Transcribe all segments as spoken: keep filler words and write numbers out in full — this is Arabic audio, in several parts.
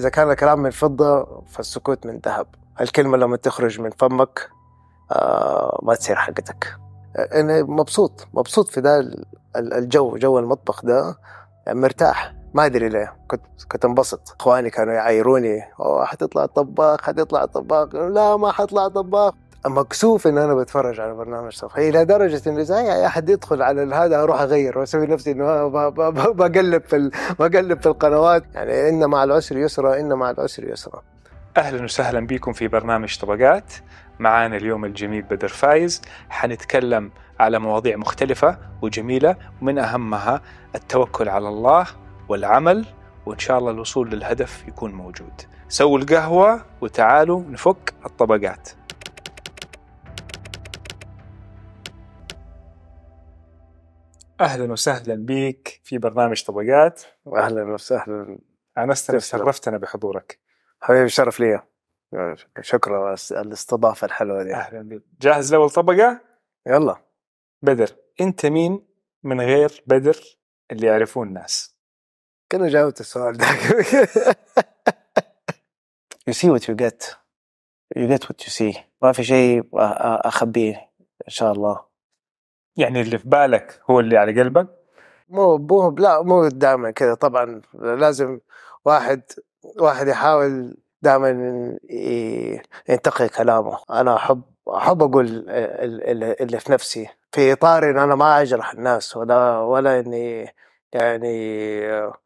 إذا كان الكلام من فضة فالسكوت من ذهب. الكلمة لما تخرج من فمك آه ما تصير حقتك. أنا مبسوط مبسوط في ده الجو، جو المطبخ ده مرتاح، ما أدري ليه. كنت كنت انبسط. إخواني كانوا يعايروني، أوه حتطلع طباخ حتطلع طباخ. لا ما حطلع طباخ. مكسوف إن أنا بتفرج على برنامج طبخ، إلى درجة إنه زي أي أحد يدخل على هذا أروح أغير وأسوي نفسي إنه بقلب في بقلب في القنوات. يعني إن مع العسر يسرا، إن مع العسر يسرا. أهلا وسهلا بكم في برنامج طبقات. معانا اليوم الجميل بدر فايز. حنتكلم على مواضيع مختلفة وجميلة، ومن أهمها التوكل على الله والعمل، وإن شاء الله الوصول للهدف يكون موجود. سووا القهوة وتعالوا نفك الطبقات. أهلا وسهلا بك في برنامج طبقات. أهلا وسهلا. أنا شرفتنا بحضورك حبيبي، شرف لي. شكرا على الاستضافة الحلوة دي. أهلا بك. جاهز لأول طبقة؟ يلا. بدر، أنت مين من غير بدر اللي يعرفون الناس؟ كنا جاوبت السؤال ده. You see what you get. You get what you see. ما في شيء أخبيه إن شاء الله. يعني اللي في بالك هو اللي على قلبك؟ مو مو لا مو دائما كذا طبعا. لازم واحد واحد يحاول دائما ينتقي كلامه. أنا أحب أحب أقول اللي في نفسي، في إطار إن أنا ما أجرح الناس ولا ولا إني يعني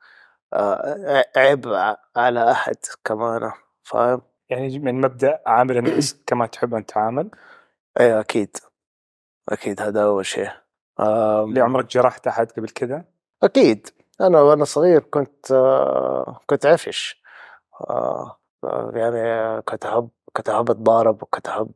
عيب على أحد كمان. فاهم؟ يعني من مبدأ عامل الناس كما تحب أن تعامل. أي أكيد أكيد، هذا أول شيء. لعمرك جرحت أحد قبل كده؟ أكيد. أنا وأنا صغير كنت كنت عفش، يعني كنت أحب كنت أحب أتضارب، وكنت أحب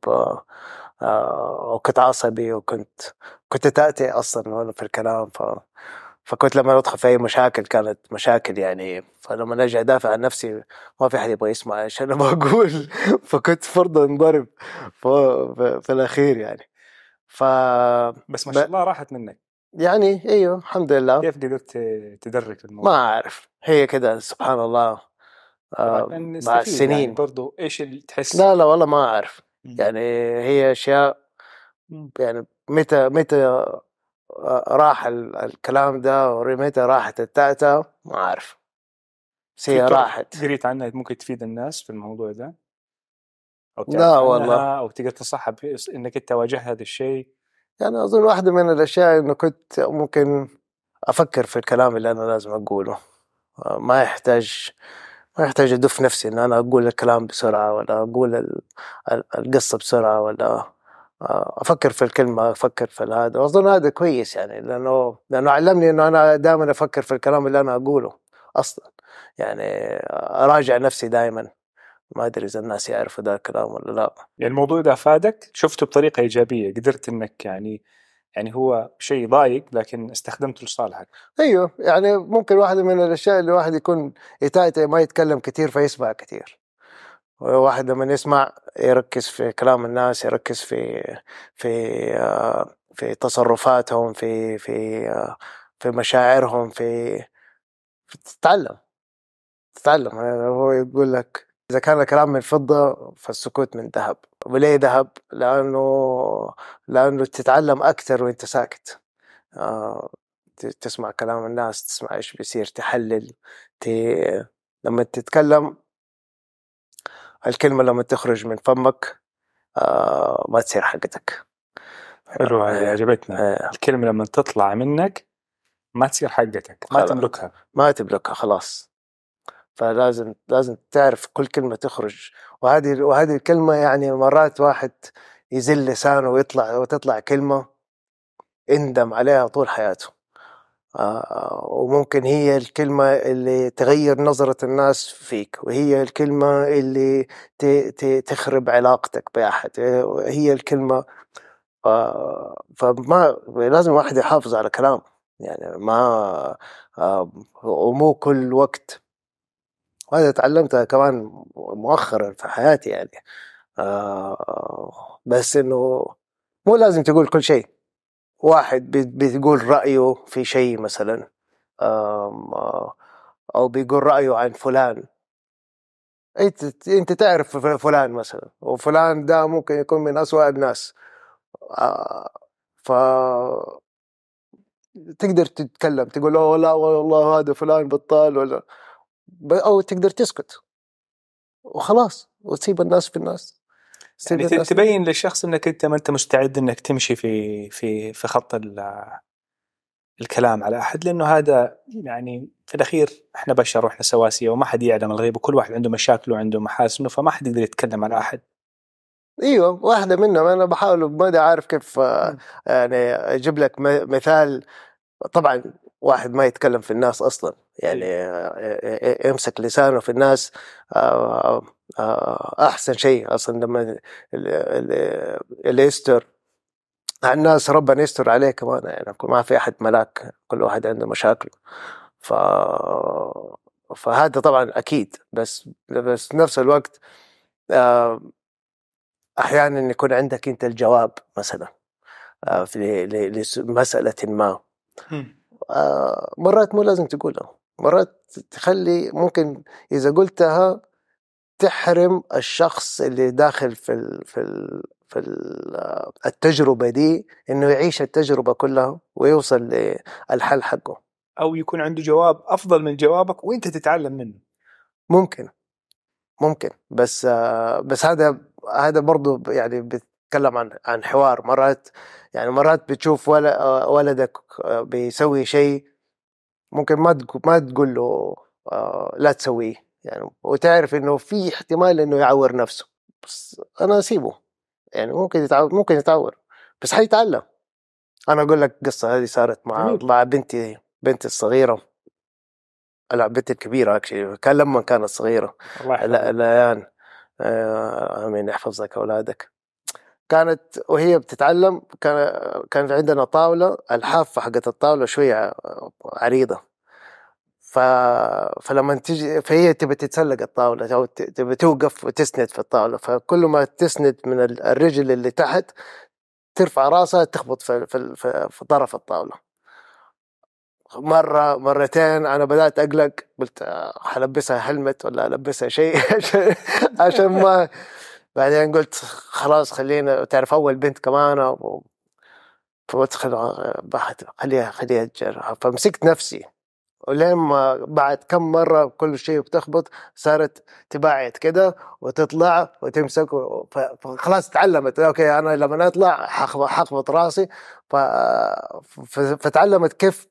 وكنت عصبي، وكنت كنت تأتي أصلا وأنا في الكلام. ف فكنت لما أدخل في أي مشاكل كانت مشاكل يعني. فلما أجي أدافع عن نفسي ما في أحد يبغى يسمع إيش أنا بقول. فكنت فرضا انضرب في, في الأخير يعني. ف بس ما شاء الله راحت منك يعني. أيوه الحمد لله. كيف قدرت تدرك الموضوع؟ ما أعرف، هي كده سبحان الله. آه مع السنين يعني برضو إيش اللي تحس؟ لا لا والله ما أعرف. يعني هي أشياء يعني متى متى راح الكلام ده ومتى راحت التأتة ما أعرف. هي راحت. قريت عنها ممكن تفيد الناس في الموضوع ده، أو لا والله، أو تقدر تصحب إنك أنت واجه هذا الشيء. يعني أظن واحدة من الأشياء إنه كنت ممكن أفكر في الكلام اللي أنا لازم أقوله. ما يحتاج ما يحتاج أدف نفسي إن أنا أقول الكلام بسرعة، ولا أقول القصة بسرعة، ولا أفكر في الكلمة، أفكر في هذا. وأظن هذا كويس يعني، لأنه لأنه علمني إنه أنا دائما أفكر في الكلام اللي أنا أقوله أصلا. يعني أراجع نفسي دائما. ما أدري إذا الناس يعرفوا ذا الكلام ولا لا. يعني الموضوع ده فادك؟ شفته بطريقة إيجابية؟ قدرت إنك يعني يعني هو شيء ضايق لكن استخدمته لصالحك؟ أيوه، يعني ممكن واحدة من الأشياء اللي واحد يكون يتايتي ما يتكلم كتير فيسمع كتير. واحد لما يسمع يركز في كلام الناس، يركز في في في تصرفاتهم، في في في مشاعرهم، في, في تتعلم تتعلم. هو يقول لك إذا كان الكلام من فضة فالسكوت من ذهب. وليه ذهب؟ لأنه لأنه تتعلم أكثر وإنت ساكت. آه تسمع كلام الناس، تسمع إيش بيصير، تحلل. ت... لما تتكلم الكلمة لما تخرج من فمك آه ما تصير حقتك. حلو، هذه عجبتنا. آه الكلمة لما تطلع منك ما تصير حقتك، ما تملكها ما تملكها خلاص. فلازم لازم تعرف كل كلمة تخرج. وهذه وهذه الكلمة يعني مرات واحد يزل لسانه ويطلع وتطلع كلمة اندم عليها طول حياته. آه وممكن هي الكلمة اللي تغير نظرة الناس فيك، وهي الكلمة اللي ت ت تخرب علاقتك بأحد. هي الكلمة. آه فما لازم واحد يحافظ على كلامه يعني. ما آه ومو كل وقت. وهذا تعلمتها كمان مؤخرا في حياتي يعني. آه بس إنه مو لازم تقول كل شيء. واحد بيقول رأيه في شيء مثلا، أو بيقول رأيه عن فلان، انت انت تعرف فلان مثلا، وفلان ده ممكن يكون من أسوأ الناس، آه، ف تقدر تتكلم تقول له لا والله هذا فلان بطال، ولا او تقدر تسكت وخلاص وتسيب الناس في الناس. يعني تبين للشخص انك انت ما انت مستعد انك تمشي في في في خط الكلام على احد، لانه هذا يعني في الاخير احنا بشر واحنا سواسيه وما حد يعلم الغيب، وكل واحد عنده مشاكله وعنده محاسنه، فما حد يقدر يتكلم على احد. ايوه واحده منهم انا بحاول ما عارف كيف آه، يعني اجيب لك مثال. طبعا واحد ما يتكلم في الناس اصلا، يعني آه، يمسك لسانه في الناس آه، آه، احسن شيء اصلا. لما اللي يستر على الناس ربنا يستر عليه كمان، يعني ما في احد ملاك، كل واحد عنده مشاكله. ف فهذا طبعا اكيد، بس بس في نفس الوقت آه، احيانا يكون عندك انت الجواب مثلا آه، في لمسألة ما، آه، مرات مو لازم تقولها، مرات تخلي ممكن إذا قلتها تحرم الشخص اللي داخل في ال في ال في ال التجربة دي إنه يعيش التجربة كلها ويوصل للحل حقه، أو يكون عنده جواب أفضل من جوابك وإنت تتعلم منه. ممكن ممكن بس آه، بس هذا هذا برضو يعني بيتكلم عن عن حوار. مرات يعني مرات بتشوف ولدك بيسوي شيء ممكن ما ما تقول له آه لا تسويه يعني، وتعرف انه في احتمال انه يعور نفسه، بس انا اسيبه يعني ممكن يتعور ممكن يتعور بس حيتعلم. انا اقول لك قصة هذه صارت مع جميل. مع بنتي بنتي الصغيرة، لا بنتي الكبيرة اكشلي، كان لما كانت صغيرة. الله لا يحفظك. الآن آه، امين يحفظك اولادك. كانت وهي بتتعلم كان كان عندنا طاولة، الحافة حقت الطاولة شوية عريضة، ف... فلما تجي فهي تبي تتسلق الطاولة أو تبي توقف وتسند في الطاولة، فكل ما تسند من الرجل اللي تحت ترفع راسها تخبط في, في, في, في طرف الطاولة. مرة مرتين أنا بدأت أقلق، قلت حلبسها هلمت ولا ألبسها شيء عشان عشان ما. بعدين قلت خلاص خلينا، تعرف أول بنت كمان فادخل خليها خليها تجرب، فمسكت نفسي ولما بعد كم مرة كل شيء بتخبط صارت تباعد كده وتطلع وتمسك، فخلاص تعلمت اوكي انا لما اطلع حخبط راسي، فتعلمت كيف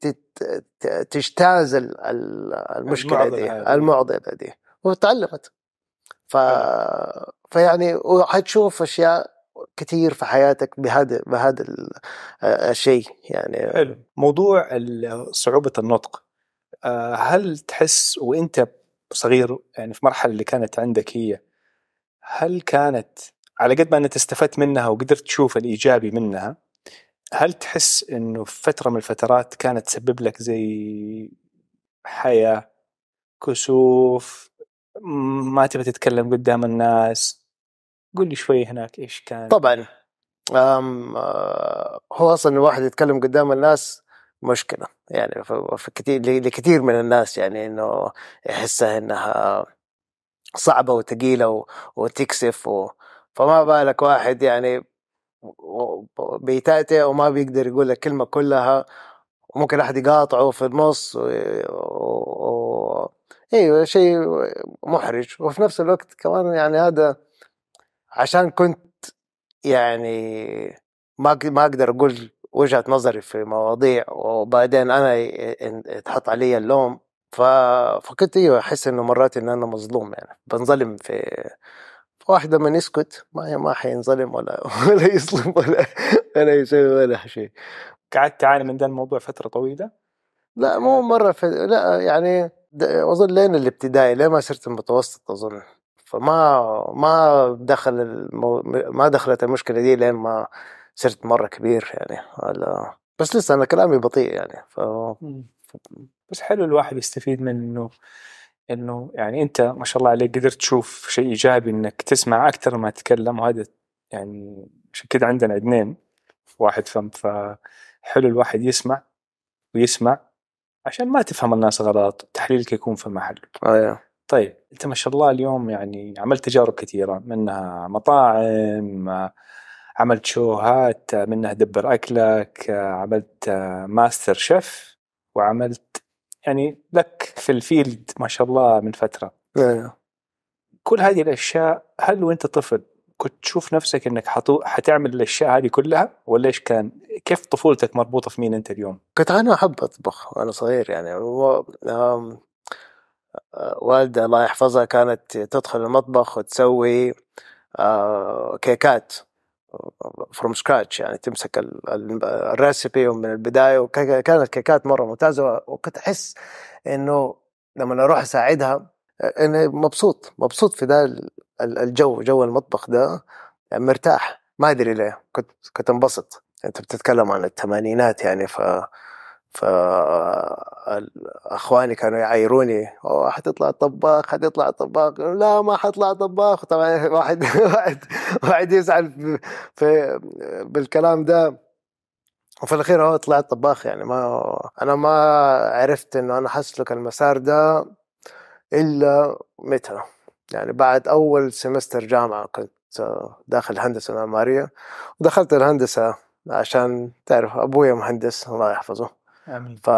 تجتاز المشكلة دي المعضلة دي وتعلمت. ف... فيعني وحتشوف اشياء كثير في حياتك بهذا بهذا الشيء يعني. حلو. موضوع صعوبة النطق، هل تحس وانت صغير يعني في المرحلة اللي كانت عندك هي، هل كانت على قد ما انت استفدت منها وقدرت تشوف الإيجابي منها، هل تحس انه في فترة من الفترات كانت تسبب لك زي حياة كسوف، ما تبي تتكلم قدام الناس؟ قل لي شوي هناك ايش كان. طبعا أم هو اصلا الواحد يتكلم قدام الناس مشكلة يعني في كثير لكثير من الناس، يعني انه يحسها انها صعبة وثقيلة وتكسف و... فما بالك واحد يعني بيتأتئ وما بيقدر يقول لك كلمة كلها، وممكن أحد يقاطعه في النص و... و... ايوه شيء محرج. وفي نفس الوقت كمان يعني هذا عشان كنت يعني ما ما اقدر اقول وجهة نظري في مواضيع وبعدين انا يتحط علي اللوم، ف... فكنت ايوه احس انه مرات ان انا مظلوم، يعني بنظلم في واحدة من يسكت ما ما حينظلم ولا ولا يظلم ولا ولا يسوي ولا شيء. قعدت تعاني من ذا الموضوع فترة طويلة؟ لا مو مرة في... لا يعني أظن لين الابتدائي لين ما صرت المتوسط أظن، فما ما دخل المو... ما دخلت المشكلة دي لين ما صرت مرة كبير يعني ولا. بس لسه أنا كلامي بطيء يعني ف... بس حلو الواحد يستفيد منه، إنه يعني أنت ما شاء الله عليك قدرت تشوف شيء إيجابي إنك تسمع أكثر ما تتكلم، وهذا يعني عشان كده عندنا اثنين واحد فم، فحلو الواحد يسمع ويسمع عشان ما تفهم الناس غلط، تحليلك يكون في محله. أيه. طيب أنت ما شاء الله اليوم يعني عملت تجارب كثيرة، منها مطاعم، عملت شوهات، منها دبر أكلك، عملت ماستر شيف، وعملت يعني لك في الفيلد ما شاء الله من فترة. إيه. كل هذه الأشياء، هل وأنت طفل كنت تشوف نفسك أنك حطو... حتعمل الأشياء هذه كلها، ولا إيش كان؟ كيف طفولتك مربوطة في مين أنت اليوم؟ كنت أنا أحب أطبخ وأنا صغير يعني و... آم، آه، والدة الله يحفظها كانت تدخل المطبخ وتسوي آه، كيكات from scratch، يعني تمسك ال- ال- الريسبي من البداية، وكانت كيكات مرة ممتازة. وكنت أحس إنه لما أروح أساعدها إني مبسوط مبسوط في ذا ال- الجو، جو المطبخ ده مرتاح. ما أدري ليه كنت كنت انبسط. أنت بتتكلم عن الثمانينات يعني، ف ف اخواني كانوا يعايروني، اوه حتطلع طباخ حتطلع طباخ، لا ما حطلع طباخ. طبعا واحد واحد واحد يزعل في, في بالكلام ده، وفي الاخير هو طلع طباخ. يعني ما انا ما عرفت انه انا حسلك المسار ده الا متى، يعني بعد اول سمستر جامعة كنت داخل هندسة معمارية، ودخلت الهندسة عشان تعرف ابويا مهندس الله يحفظه. آمين. ف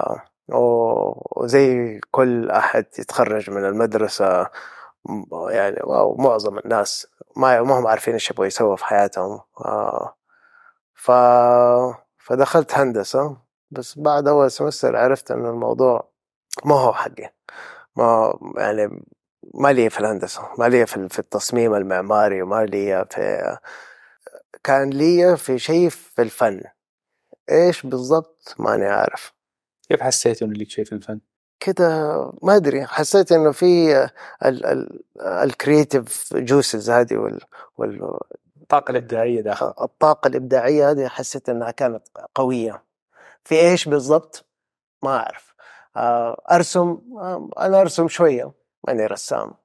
وزي كل أحد يتخرج من المدرسة يعني، ومعظم الناس ما ما هم عارفين إيش يبغوا يسووا في حياتهم. آه، ف فدخلت هندسة، بس بعد أول سمستر عرفت إن الموضوع ما هو حقي. ما يعني ما لي في الهندسة، ما لي في في التصميم المعماري، وما لي في، كان لي في شيء في الفن. إيش بالضبط ماني عارف. كيف حسيت إنه ليك شيء في الفن؟ كده ما أدري، حسيت إنه في ال ال الكرياتيف جوسز هذه وال وال الطاقة الإبداعية داخل. الطاقة الإبداعية هذه حسيت إنها كانت قوية. في إيش بالضبط ما أعرف. آه، أرسم، آه، أنا أرسم شوية، ماني رسام.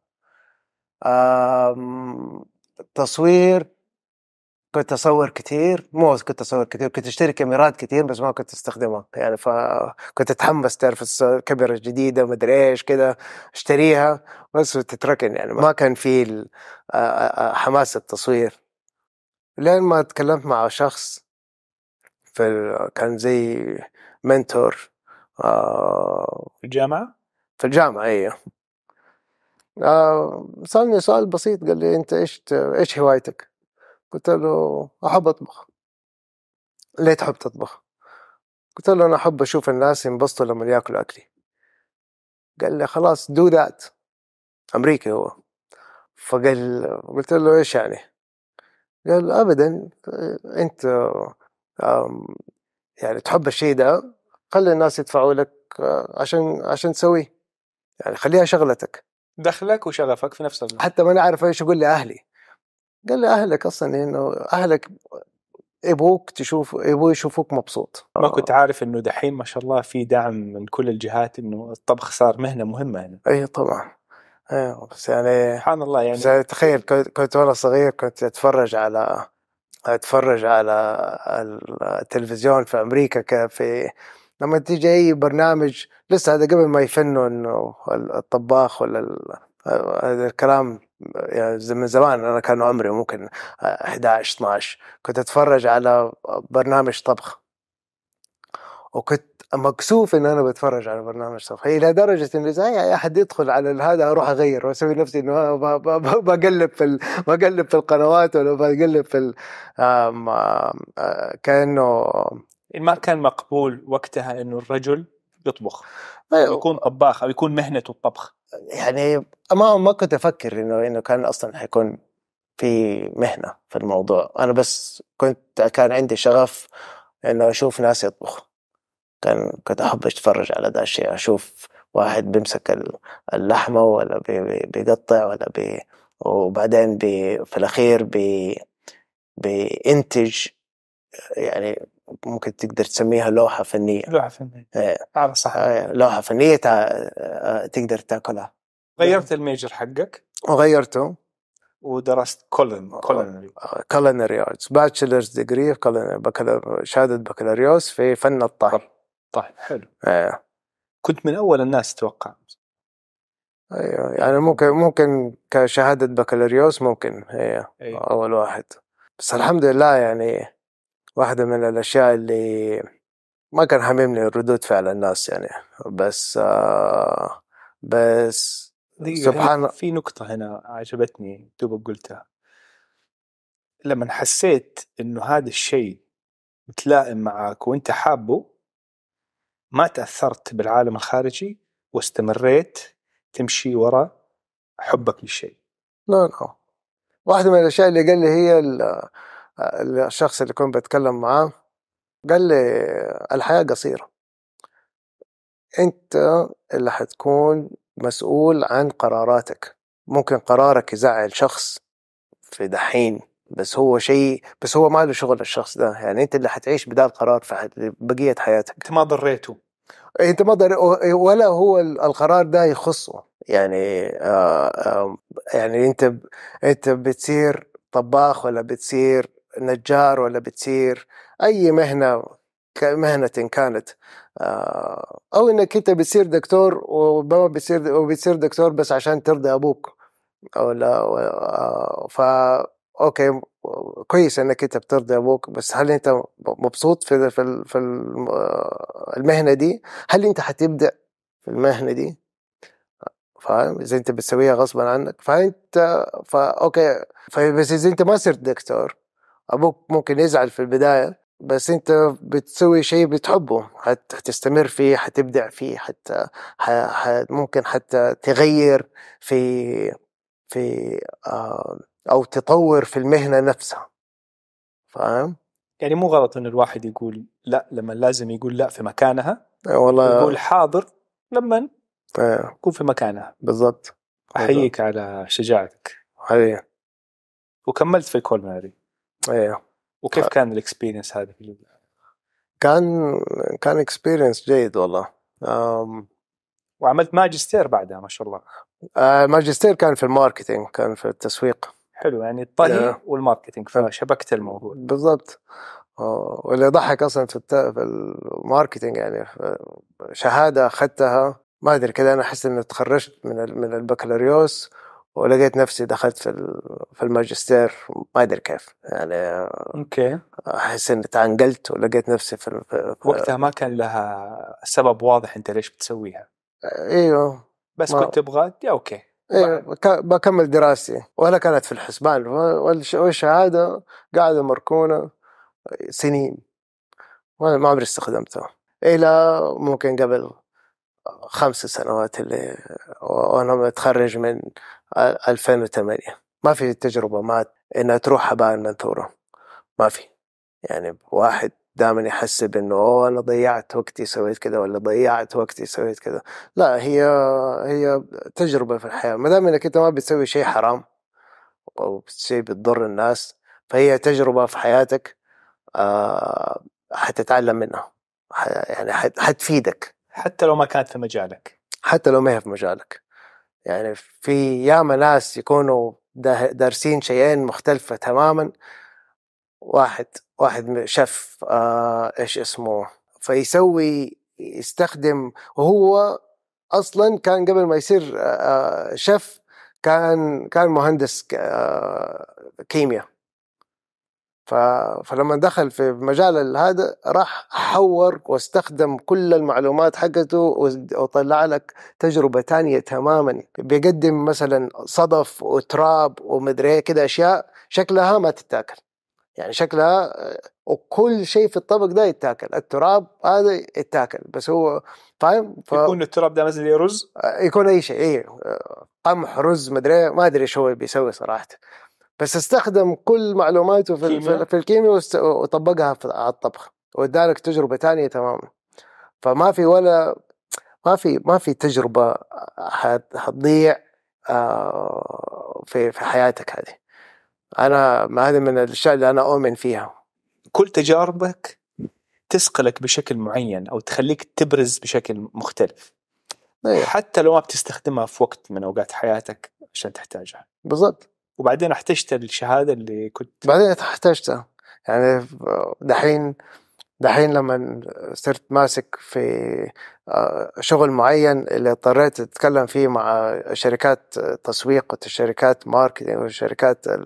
آم، تصوير كنت أصور كتير، مو كنت أصور كتير، كنت أشتري كاميرات كتير بس ما كنت أستخدمها يعني. فكنت أتحمس تعرف الكاميرا الجديدة مدري إيش كده أشتريها بس تتركن، يعني ما كان في ال- آه، آه، حماس التصوير. لين ما تكلمت مع شخص في ال- كان زي منتور آه، في الجامعة؟ في الجامعة. أيه. آه، سألني سؤال بسيط، قال لي أنت إيش إيش هوايتك؟ قلت له أحب أطبخ. ليه تحب تطبخ؟ قلت له أنا أحب أشوف الناس ينبسطوا لما يأكلوا أكلي. قال لي خلاص do that. أمريكي هو. فقال، قلت له إيش يعني؟ قال أبدا، أنت آم، يعني تحب الشيء ده، خلي الناس يدفعوا لك آه، عشان عشان تسويه، يعني خليها شغلتك. دخلك وشغفك في نفس الوقت. حتى ما أنا أعرف إيش أقول لأهلي. قال لي أهلك أصلا إنه أهلك يبغوك تشوف، يبغوا يشوفوك مبسوط. ما كنت عارف إنه دحين ما شاء الله في دعم من كل الجهات، إنه الطبخ صار مهنة مهمة هنا. أي طبعا. أيوة بس يعني، سبحان الله بس يعني. يعني تخيل كنت كنت وأنا صغير كنت أتفرج على أتفرج على التلفزيون في أمريكا، كفي لما تيجي أي برنامج، لسه هذا قبل ما يفنوا إنه الطباخ ولا ال- هذا الكلام، يعني زي من زمان. أنا كان عمري ممكن إحدى عشر اثنا عشر، كنت أتفرج على برنامج طبخ، وكنت مكسوف إن أنا بتفرج على برنامج طبخ، إلى درجة إنه زي أي أحد يدخل على هذا أروح أغير وأسوي نفسي إنه ب- ب- ب- بقلب في ال- بقلب في القنوات، ولا بقلب في ال- آم، آم، آه، كأنه ما كان مقبول وقتها إنه الرجل يطبخ أو أيوة، يكون طباخ أو يكون مهنته الطبخ. يعني ما ما كنت أفكر إنه إنه كان أصلا حيكون في مهنة في الموضوع. أنا بس كنت كان عندي شغف إنه أشوف ناس يطبخ. كان كنت أحب أتفرج على ذا الشيء، أشوف واحد بيمسك ال- اللحمة، ولا بي بي- بيقطع، ولا بي وبعدين بي في الأخير بي بينتج، يعني ممكن تقدر تسميها لوحة فنية. لوحة فنية. آه، هذا صح. آه، لوحة فنية تع- آه، تقدر تاكلها. غيرت الميجر حقك وغيرته ودرست كولن كولنري. culinary arts bachelor's degree culinary، شهادة بكالوريوس في فن الطهي. طيب حلو. آه. كنت من أول الناس أتوقع. ايوه يعني ممكن ممكن كشهادة بكالوريوس ممكن هي أيوة. اول واحد. بس الحمد لله يعني واحدة من الاشياء اللي ما كان حاممني ردود فعل الناس يعني. بس آه بس دقيقة، هنا سبحان. في نقطة هنا عجبتني دوبك قلتها. لما حسيت إنه هذا الشيء متلائم معك وأنت حابه، ما تأثرت بالعالم الخارجي واستمريت تمشي وراء حبك للشيء. لا لا، واحدة من الاشياء اللي قال لي هي ال- الشخص اللي كنت بتكلم معاه قال لي الحياة قصيرة، انت اللي حتكون مسؤول عن قراراتك. ممكن قرارك يزعل شخص في دحين، بس هو شيء، بس هو ما له شغل الشخص ده، يعني انت اللي حتعيش بدا القرار في بقية حياتك. أنت ما ضريته. انت ما ضر... ولا هو القرار ده يخصه يعني. آه آه يعني انت ب... انت بتصير طباخ ولا بتصير نجار ولا بتصير اي مهنة مهنة كانت، آه او انك انت بتصير دكتور وما بتصير وبتصير دكتور بس عشان ترضي ابوك او لا. آه ف اوكي كويس انك انت بترضي ابوك، بس هل انت مبسوط في في في المهنة دي؟ هل انت حتبدأ في المهنة دي؟ فاهم؟ اذا انت بتسويها غصبا عنك فانت فا اوكي. فبس اذا انت ما صرت دكتور ابوك ممكن يزعل في البداية، بس انت بتسوي شيء بتحبه، حت- حتستمر فيه، حتبدع فيه، حتى ح... ح... ممكن حتى تغير في في آه او تطور في المهنة نفسها. فاهم؟ يعني مو غلط إن الواحد يقول لا لما لازم يقول لا في مكانها، والله. ويقول حاضر لما آه يكون في مكانها. بالضبط. بالضبط. أحييك على شجاعتك. حقيقة. وكملت في الكولماري، ايوه وكيف كان الاكسبيرينس هذا؟ كان كان اكسبيرينس جيد والله. آم، وعملت ماجستير بعدها ما شاء الله. آه، الماجستير كان في الماركتينج، كان في التسويق. حلو، يعني الطهي آه، والماركتينج فشبكت الموضوع. بالضبط. آه، واللي يضحك اصلا في, الت... في الماركتينج يعني شهادة اخذتها ما ادري كده، انا احس اني تخرجت من ال... من البكالوريوس ولقيت نفسي دخلت في ال... في الماجستير، ما ادري كيف يعني. اوكي. احس اني تعنقلت ولقيت نفسي في, ال... في... وقتها ما كان لها سبب واضح انت ليش بتسويها، ايوه. بس ما كنت تبغى يا اوكي. ايه بك- بكمل دراستي، ولا كانت في الحسبان، والش- والشهادة قاعدة مركونة سنين ما ما عمري استخدمتها إلى ممكن قبل خمس سنوات اللي وأنا متخرج من ألفين وثمانية. ما في تجربة ما إنها تروح هباء منثورة، ما في. يعني واحد دائما يحسب انه اوه انا ضيعت وقتي سويت كذا ولا ضيعت وقتي سويت كذا. لا، هي هي تجربة في الحياة. ما دام انك انت ما بتسوي شيء حرام او شيء بتضر الناس، فهي تجربة في حياتك. آه حتتعلم منها، ح- يعني حت- حتفيدك حتى لو ما كانت في مجالك. حتى لو ما هي في مجالك. يعني في ياما ناس يكونوا دا- دارسين شيئين مختلفة تماما. واحد واحد شيف، آه ايش اسمه، فيسوي يستخدم، وهو اصلا كان قبل ما يصير آه شيف كان كان مهندس آه كيمياء. ف... فلما دخل في مجال هذا راح حور واستخدم كل المعلومات حقته وطلع لك تجربة تانية تماما. بيقدم مثلا صدف وتراب ومدري كده أشياء شكلها ما تتاكل، يعني شكلها، وكل شيء في الطبق ده يتاكل. التراب هذا يتاكل بس هو فاهم. ف... يكون التراب ده مثل رز. يكون أي شيء، إيه، قمح، رز، مدري ما أدري شو بيسوي صراحة، بس استخدم كل معلوماته في كيمياء. في الكيمياء وطبقها على الطبخ وادالك تجربة تانية تماما. فما في ولا ما في ما في تجربة هتضيع في في حياتك هذه. أنا ما هذه من الأشياء اللي أنا أؤمن فيها. كل تجاربك تسقلك بشكل معين أو تخليك تبرز بشكل مختلف. أيه. حتى لو ما بتستخدمها في وقت من أوقات حياتك عشان تحتاجها. بالضبط. وبعدين احتجت الشهادة اللي كنت. بعدين احتجتها يعني دحين دحين لما صرت ماسك في شغل معين اللي اضطريت أتكلم فيه مع شركات تسويق وشركات ماركتينج وشركات ال...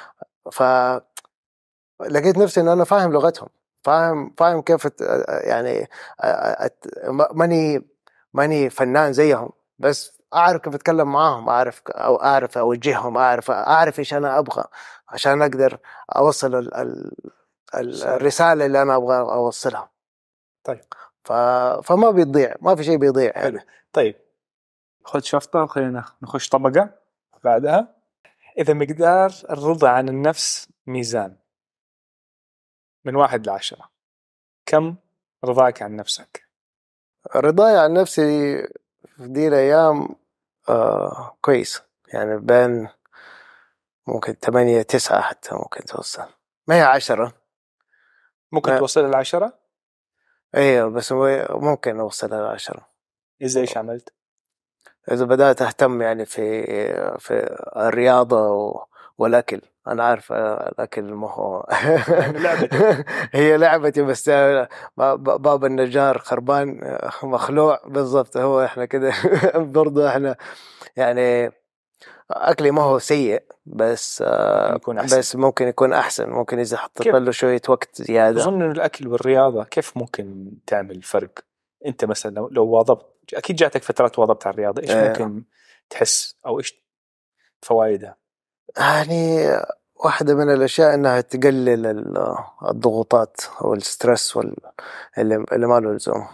فلقيت نفسي إن أنا فاهم لغتهم، فاهم فاهم كيف يعني ماني ماني فنان زيهم، بس أعرف كيف أتكلم معاهم، أعرف أو أعرف أوجههم، أعرف أعرف إيش أنا أبغى عشان أقدر أوصل ال... ال... الرسالة اللي أنا أبغى أوصلها. طيب ف... فما بيضيع، ما في شيء بيضيع. حلو. طيب خذ شفطة وخلينا نخش طبقة بعدها. إذا مقدار الرضا عن النفس ميزان من واحد لعشرة، كم رضاك عن نفسك؟ رضاي عن نفسي في دي الأيام آه كويس، يعني بين ممكن ثمانية تسعة حتى ممكن توصل، ما هي عشرة. ممكن ما... توصل للعشرة؟ ايوه بس ممكن اوصل للعشرة. إذا إيش عملت؟ إذا بدأت أهتم يعني في في الرياضة و... والأكل. أنا عارف الأكل ما هو لعبتي. هي لعبتي، بس باب النجار خربان مخلوع بالضبط. هو إحنا كده برضو إحنا يعني أكلي ما هو سيء، بس ممكن يكون أحسن. بس ممكن يكون أحسن، ممكن إذا حطيت له شوية وقت زيادة. أظن إن الأكل والرياضة كيف ممكن تعمل فرق؟ أنت مثلا لو لو واظبت، أكيد جاتك فترات واظبت على الرياضة، إيش ممكن تحس أو إيش فوائدها؟ يعني واحدة من الأشياء إنها تقلل الضغوطات أو السترس وال اللي اللي ما له لزوم.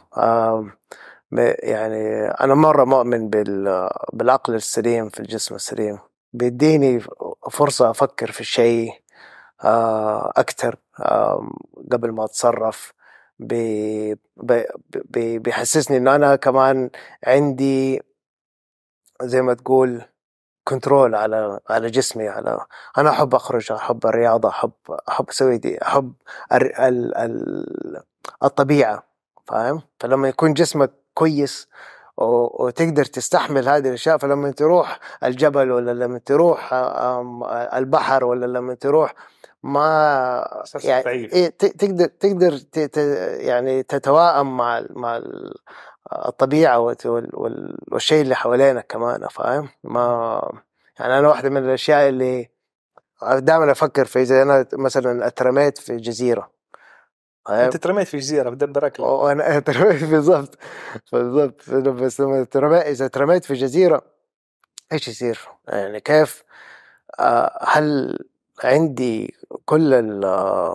يعني أنا مرة مؤمن بال بالعقل السليم في الجسم السليم، بيديني فرصة أفكر في الشيء أكتر قبل ما أتصرف. بي بي بيحسسني إن أنا كمان عندي زي ما تقول كنترول على على جسمي. على أنا أحب أخرج، أحب الرياضة، أحب أحب أسوي دي، أحب ال ال ال الطبيعة، فاهم؟ فلما يكون جسمك كويس وتقدر تستحمل هذه الأشياء، فلما تروح الجبل ولا لما تروح البحر ولا لما تروح ما يعني تقدر تقدر يعني تتواءم مع مع الطبيعة والشيء اللي حوالينك كمان، فاهم؟ ما يعني أنا واحدة من الأشياء اللي دائما أفكر في، إذا أنا مثلا اترميت في جزيرة. أنت ترميت في جزيرة بدبر أكل. وأنا ترميت بالضبط بالضبط. بس لما ترميت، إذا ترميت في جزيرة إيش يصير؟ يعني كيف؟ هل عندي كل ال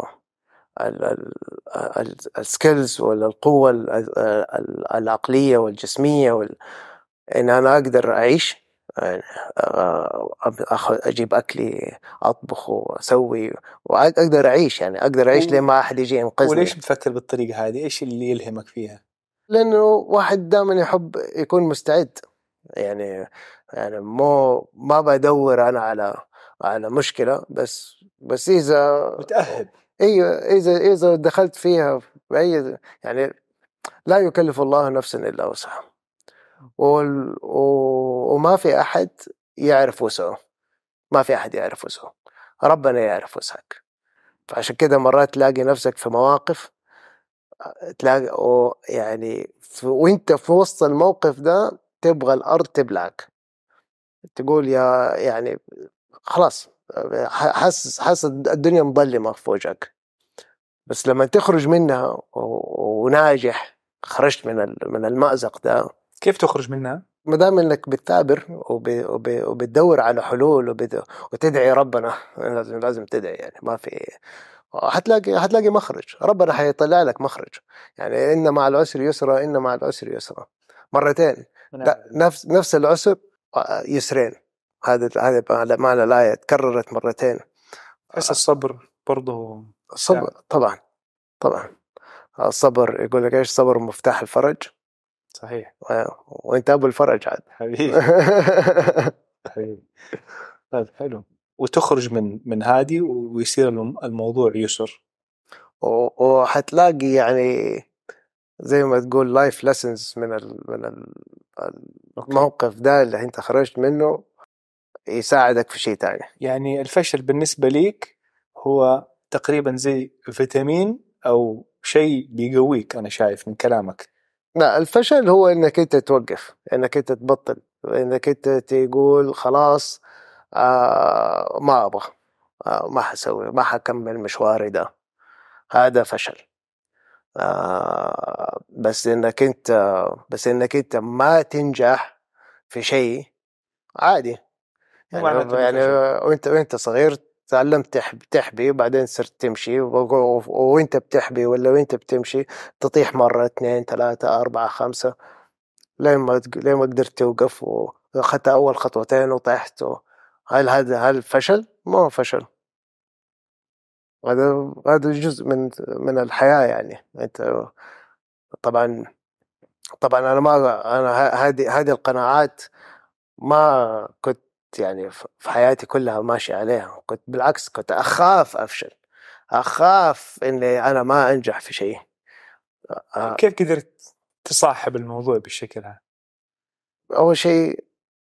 السكيلز ولا القوة العقلية والجسمية وال... إن أنا أقدر أعيش، يعني أجيب أكلي أطبخ وأسوي وأقدر أعيش، يعني أقدر أعيش لين ما أحد يجي ينقذني. وليش بتفكر بالطريقة هذه؟ إيش اللي يلهمك فيها؟ لأنه واحد دائما يحب يكون مستعد، يعني يعني مو ما بدور أنا على على مشكلة، بس بس إذا متأهب. ايوه اذا اذا دخلت فيها بأي، يعني لا يكلف الله نفسا الا وسعها، وما في احد يعرف وسعه، ما في احد يعرف وسعه، ربنا يعرف وسعك. فعشان كده مرات تلاقي نفسك في مواقف، تلاقي يعني وانت في وسط الموقف ده تبغى الارض تبلعك، تقول يا يعني خلاص حاسس حاسس الدنيا مظلمة في وجهك، بس لما تخرج منها وناجح، خرجت من من المأزق ده. كيف تخرج منها؟ ما دام انك بتثابر وبتدور على حلول وتدعي ربنا، لازم لازم تدعي، يعني ما في، هتلاقي هتلاقي مخرج، ربنا حيطلع لك مخرج. يعني إن مع العسر يسرا، إن مع العسر يسرا مرتين، نفس نفس العسر يسرين. هذا هذا معنى الآية تكررت مرتين. بس الصبر برضه الصبر طبعا طبعا الصبر يقول لك ايش؟ صبر مفتاح الفرج. صحيح. وانت ابو الفرج عاد حبيبي. حبيبي. طيب حلو. وتخرج من من هادي ويصير الموضوع يسر، وحتلاقي يعني زي ما تقول لايف ليسنز من ال من الموقف ده اللي انت خرجت منه، يساعدك في شيء تاني. يعني الفشل بالنسبة ليك هو تقريبا زي فيتامين أو شيء بيقويك؟ أنا شايف من كلامك. لا، الفشل هو انك انت توقف، انك انت تبطل، انك انت تقول خلاص آه ما ابغى، آه ما حسوي، ما حكمل مشواري ده. هذا فشل. آه بس انك انت بس انك انت ما تنجح في شيء عادي. مو يعني معناته إنه يعني فشل. وانت وانت صغير تعلمت تحب تحبي، وبعدين صرت تمشي، و- وانت بتحبي ولا وانت بتمشي تطيح مرة اثنين ثلاثة أربعة خمسة، لين ما تق- لين ما قدرت توقف وأخذت أول خطوتين وطحت. و- هل هذا هل فشل؟ ما هو فشل. هذا هذا جزء من من الحياة. يعني أنت طبعا طبعا أنا ما أنا ه- هذه هذه القناعات ما كنت يعني ف- في حياتي كلها ماشي عليها. كنت بالعكس، كنت أخاف أفشل، أخاف إني أنا ما أنجح في شيء. آه، كيف قدرت تصاحب الموضوع بالشكل هذا؟ أول شيء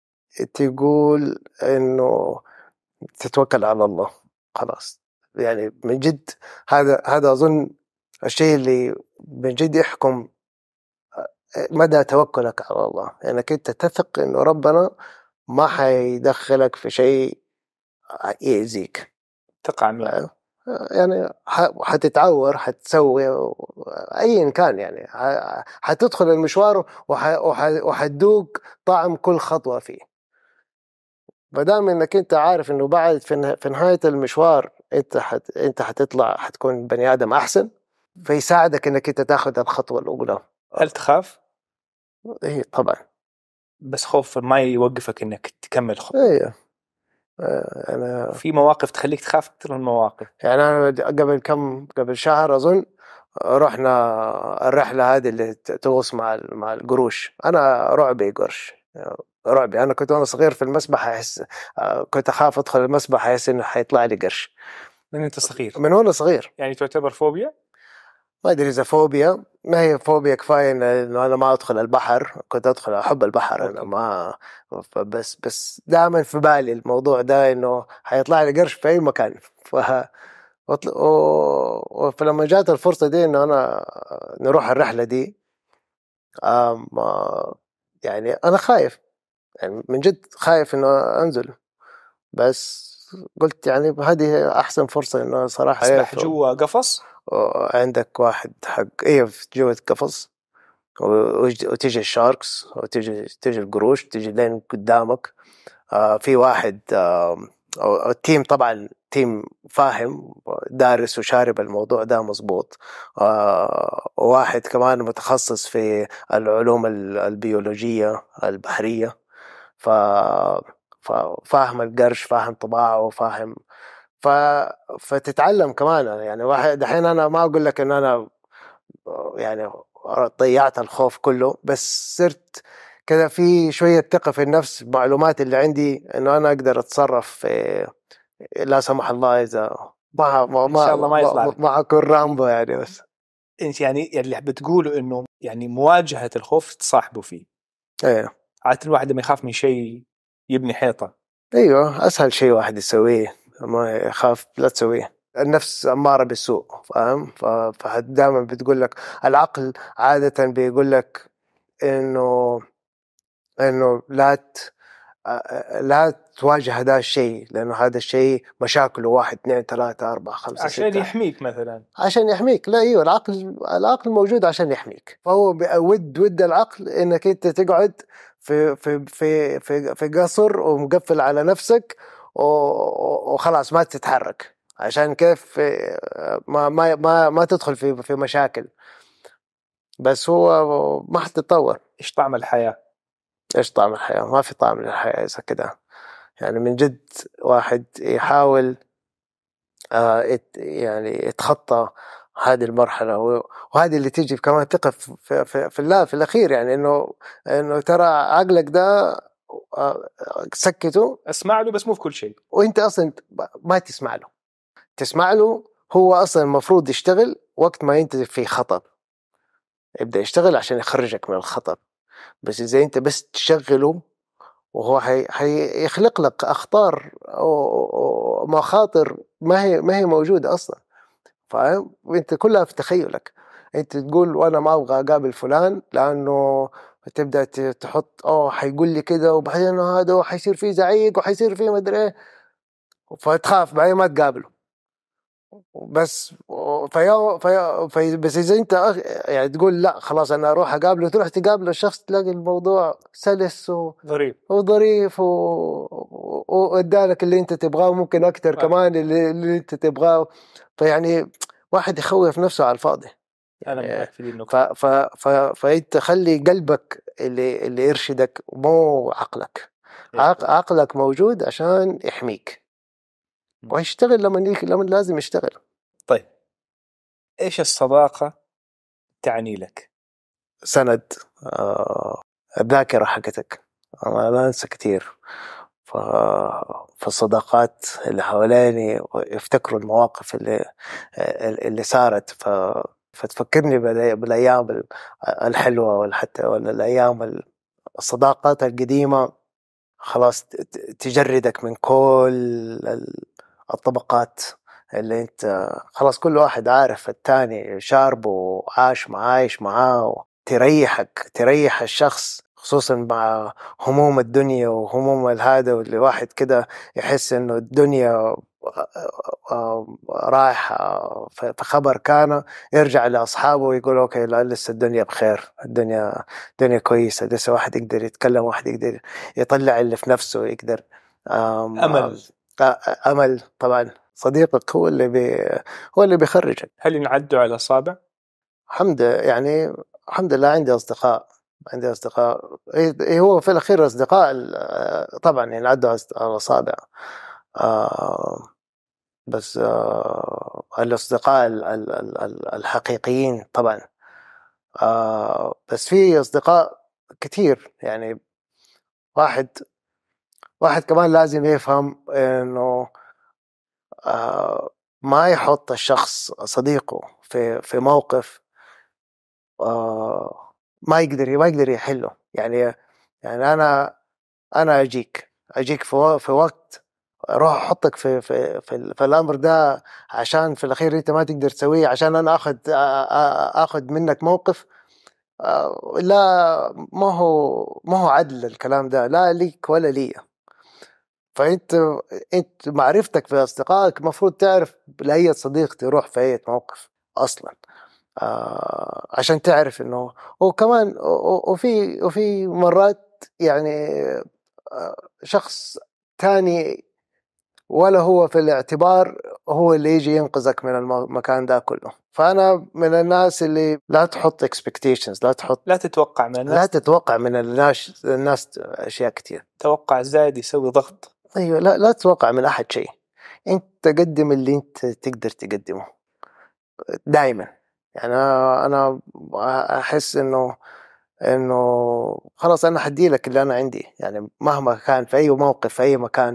تقول إنه تتوكل على الله خلاص. يعني من جد، هذا هذا أظن الشيء اللي من جد يحكم مدى توكلك على الله، انك انت تثق انه ربنا ما حيدخلك في شيء يأذيك. ثقة عمياء. يعني ح- حتتعور، حتسوي ايا كان، يعني ح- حتدخل المشوار وح- وح- وحتذوق طعم كل خطوة فيه. فدام انك انت عارف انه بعد في نه- في نهاية المشوار انت حت انت حتطلع حتكون بني ادم احسن، فيساعدك انك انت تاخذ الخطوة الاولى. هل تخاف؟ ايه طبعا. بس خوف ما يوقفك إنك تكمل خطوة. ايه. آه، انا في مواقف تخليك تخاف أكثر من المواقف. يعني انا قبل كم قبل شهر اظن رحنا الرحلة هذه اللي تغوص مع ال- مع القروش. انا رعبي قرش، رعبي. انا كنت وانا صغير في المسبح احس، آه، كنت اخاف ادخل المسبح احس انه حيطلع لي قرش من أنت صغير من وانا صغير. يعني تعتبر فوبيا؟ ما ادري اذا فوبيا، ما هي فوبيا كفايه إن- انه انا ما ادخل البحر. كنت ادخل احب البحر انا أوكي. ما بس بس دائما في بالي الموضوع ده انه حيطلع لي قرش في اي مكان. ف وطل- و- فلما جات الفرصه دي انه انا نروح الرحله دي، آم، آه، يعني انا خايف، يعني من جد خايف انه انزل. بس قلت يعني هذه احسن فرصه انه صراحه تسبح إيه، جوا قفص؟ عندك واحد حق ايه في جوة قفص، وج- وتجي الشاركس، وتجي تجي القروش، تجي لين قدامك. آه في واحد، آه أو- التيم طبعا تيم فاهم دارس وشارب الموضوع ده مظبوط. آه وواحد كمان متخصص في العلوم ال- البيولوجية البحرية. ف فاهم القرش، فاهم طباعه، فاهم. ف... فتتعلم كمان. يعني واحد دحين انا ما اقول لك ان انا يعني ضيعت الخوف كله، بس صرت كذا في شوية ثقة في النفس، المعلومات اللي عندي انه انا اقدر اتصرف في، لا سمح الله اذا ما ما إن شاء الله ما ما يطلع ما, لك. ما اكون رامبو يعني. بس أنت يعني اللي بتقوله إنه يعني مواجهة الخوف تصاحبه فيه. ايه. عادة الواحد لما يخاف من شيء يبني حيطة. ايوه، اسهل شيء واحد يسويه ما يخاف لا تسويه. النفس أمارة بالسوء، فاهم؟ ف- فدائما بتقول لك العقل عادة بيقول لك انه انه لا ت... لا تواجه هذا الشيء، لأنه هذا الشيء مشاكله واحد اثنين ثلاثة أربعة خمسة عشان ستة. يحميك مثلا. عشان يحميك. لا، ايوه، العقل العقل موجود عشان يحميك. فهو ود ود العقل انك انت تقعد في في في في في قصر ومقفل على نفسك و- وخلاص ما تتحرك، عشان كيف ما ما ما ما تدخل في في مشاكل. بس هو ما حتتطور. إيش طعم الحياة؟ ايش طعم الحياة؟ ما في طعم للحياة اذا كده. يعني من جد واحد يحاول آه يت- يعني يتخطى هذه المرحلة، و- وهذه اللي تيجي كمان ثقة في, في, في الله في الأخير. يعني إنه إنه ترى عقلك ده آه، سكته، أسمع له بس مو في كل شيء. وأنت أصلا ما تسمع له. تسمع له هو أصلا المفروض يشتغل وقت ما أنت في خطر، يبدأ يشتغل عشان يخرجك من الخطر. بس إذا أنت بس تشغله، وهو حي... حيخلق لك أخطار أو أو مخاطر ما هي ما هي موجودة أصلا. فاهم؟ وانت كلها في تخيلك، انت تقول وانا ما ابغى اقابل فلان لانه تبدا تحط اه حيقول لي كده، وبعدين هذا حيصير فيه زعيق وحيصير فيه مدري ايه، فتخاف بعدين ما تقابله. بس فيا فيا في بس اذا انت يعني تقول لا خلاص انا اروح اقابله، تروح تقابل الشخص تلاقي الموضوع سلس و... ظريف وظريف و... وادالك اللي انت تبغاه، ممكن اكتر كمان اللي, اللي انت تبغاه. فيعني واحد يخوف نفسه على الفاضي انا يعني. معك في دي ف... النقطه. ف... ف... فانت خلي قلبك اللي اللي يرشدك مو عقلك. عق... عقلك موجود عشان يحميك ويشتغل لما يك... لما لازم يشتغل. طيب ايش الصداقه تعني لك؟ سند، آه الذاكرة حقتك، أنا لا أنسى كتير. ف... فالصداقات اللي حواليني يفتكروا المواقف اللي اللي صارت، ف... فتفكرني بالأي... بالأيام الحلوة، ولا حتى ولا الأيام الصداقات القديمة خلاص تجردك من كل الطبقات اللي انت خلاص كل واحد عارف التاني شاربه وعاش معايش معاه. تريحك تريح الشخص خصوصا مع هموم الدنيا وهموم الهذا، واللي واحد كده يحس انه الدنيا رايحة في خبر كان، يرجع لأصحابه ويقول أوكي لا لسه الدنيا بخير، الدنيا الدنيا كويسة، لسه واحد يقدر يتكلم، واحد يقدر يطلع اللي في نفسه، يقدر امل. أمل طبعا. صديقك هو اللي بي هو اللي بيخرجك. هل ينعدوا على الأصابع؟ الحمد يعني الحمد لله عندي أصدقاء عندي أصدقاء إيه هو في الأخير أصدقاء طبعا ينعدوا على الأصابع. آه بس آه الأصدقاء الحقيقيين طبعا. آه بس في أصدقاء كتير يعني. واحد واحد كمان لازم يفهم إنه آه ما يحط الشخص صديقه في في موقف آه ما يقدر ما يقدر يحله. يعني يعني أنا أنا أجيك أجيك في في وقت روح أحطك في في في, في الأمر ده عشان في الأخير أنت ما تقدر تسويه، عشان أنا أخذ أخذ منك موقف. لا ما هو ما هو عدل الكلام ده، لا ليك ولا لي. فأنت أنت معرفتك في أصدقائك مفروض تعرف لأي صديق تروح في أي موقف أصلا، آه عشان تعرف إنه. وكمان وفي وفي مرات يعني شخص تاني ولا هو في الاعتبار هو اللي يجي ينقذك من المكان ده كله. فأنا من الناس اللي لا تحط expectations، لا تحط لا تتوقع من الناس، لا تتوقع من الناس الناس أشياء كتير. توقع زايد يسوي ضغط. أيوة لا لا تتوقع من أحد شيء، أنت قدم اللي أنت تقدر تقدمه دائما. يعني أنا أنا أحس إنه إنه خلاص أنا حدي لك اللي أنا عندي، يعني مهما كان في أي موقف في أي مكان.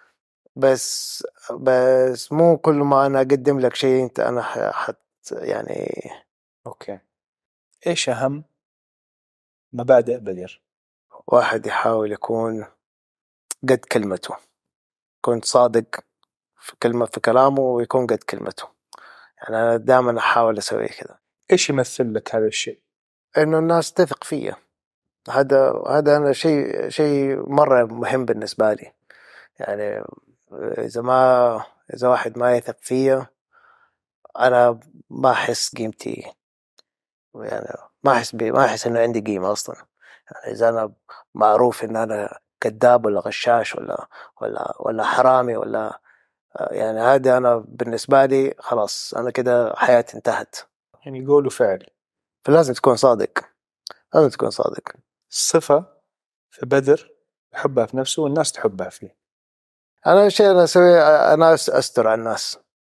بس بس مو كل ما أنا أقدم لك شيء أنت أنا حت يعني. أوكي، إيش أهم مبادئ بدر؟ واحد يحاول يكون قد كلمته، يكون صادق في كلمة في كلامه ويكون قد كلمته. يعني أنا دائما أحاول أسوي كذا. إيش يمثل لك هذا الشيء؟ إنه الناس تثق فيا. هذا هذا أنا شيء شيء مرة مهم بالنسبة لي. يعني إذا ما إذا واحد ما يثق فيا أنا ما أحس قيمتي، يعني ما أحس بي ما أحس إنه عندي قيمة أصلا. يعني إذا أنا معروف إن أنا كذاب ولا غشاش ولا ولا ولا حرامي ولا يعني هذا أنا بالنسبة لي خلاص أنا كده حياتي انتهت. يعني قول وفعل. فلازم تكون صادق، لازم تكون صادق. صفة في بدر يحبها في نفسه والناس تحبها فيه. أنا شيء أنا أسوي أنا أستر على الناس.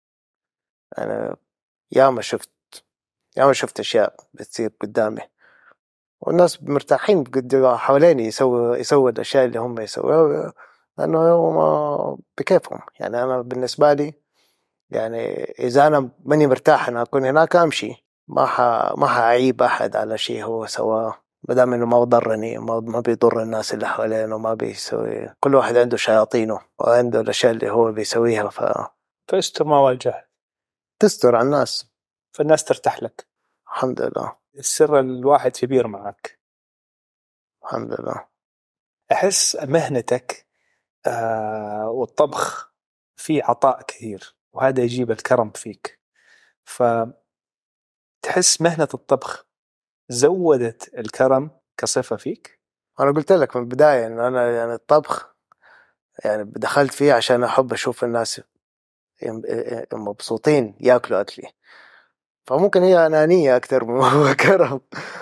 أنا ياما شفت ياما شفت أشياء بتصير قدامي والناس مرتاحين قد حواليني يسووا يسووا الأشياء اللي هم يسووها لأنه هم بكيفهم. يعني أنا بالنسبة لي يعني إذا أنا ماني مرتاح أنا أكون هناك أمشي، ما ح ما حأعيب أحد على شيء هو سواه بدام إنه ما ضرني، ما ما بيضر الناس اللي حوالينه، ما بيسوي. كل واحد عنده شياطينه وعنده الأشياء اللي هو بيسويها. ف فاستر ما واجهت. تستر على الناس، فالناس ترتاح لك. الحمد لله. السر الواحد في بير معك. الحمد لله. أحس مهنتك آه والطبخ فيه عطاء كثير، وهذا يجيب الكرم فيك. فتحس مهنة الطبخ زودت الكرم كصفة فيك؟ أنا قلت لك من البداية إن أنا يعني الطبخ يعني دخلت فيه عشان أحب أشوف الناس مبسوطين يأكلوا أكلي، فممكن هي أنانية أكثر من هو كرم.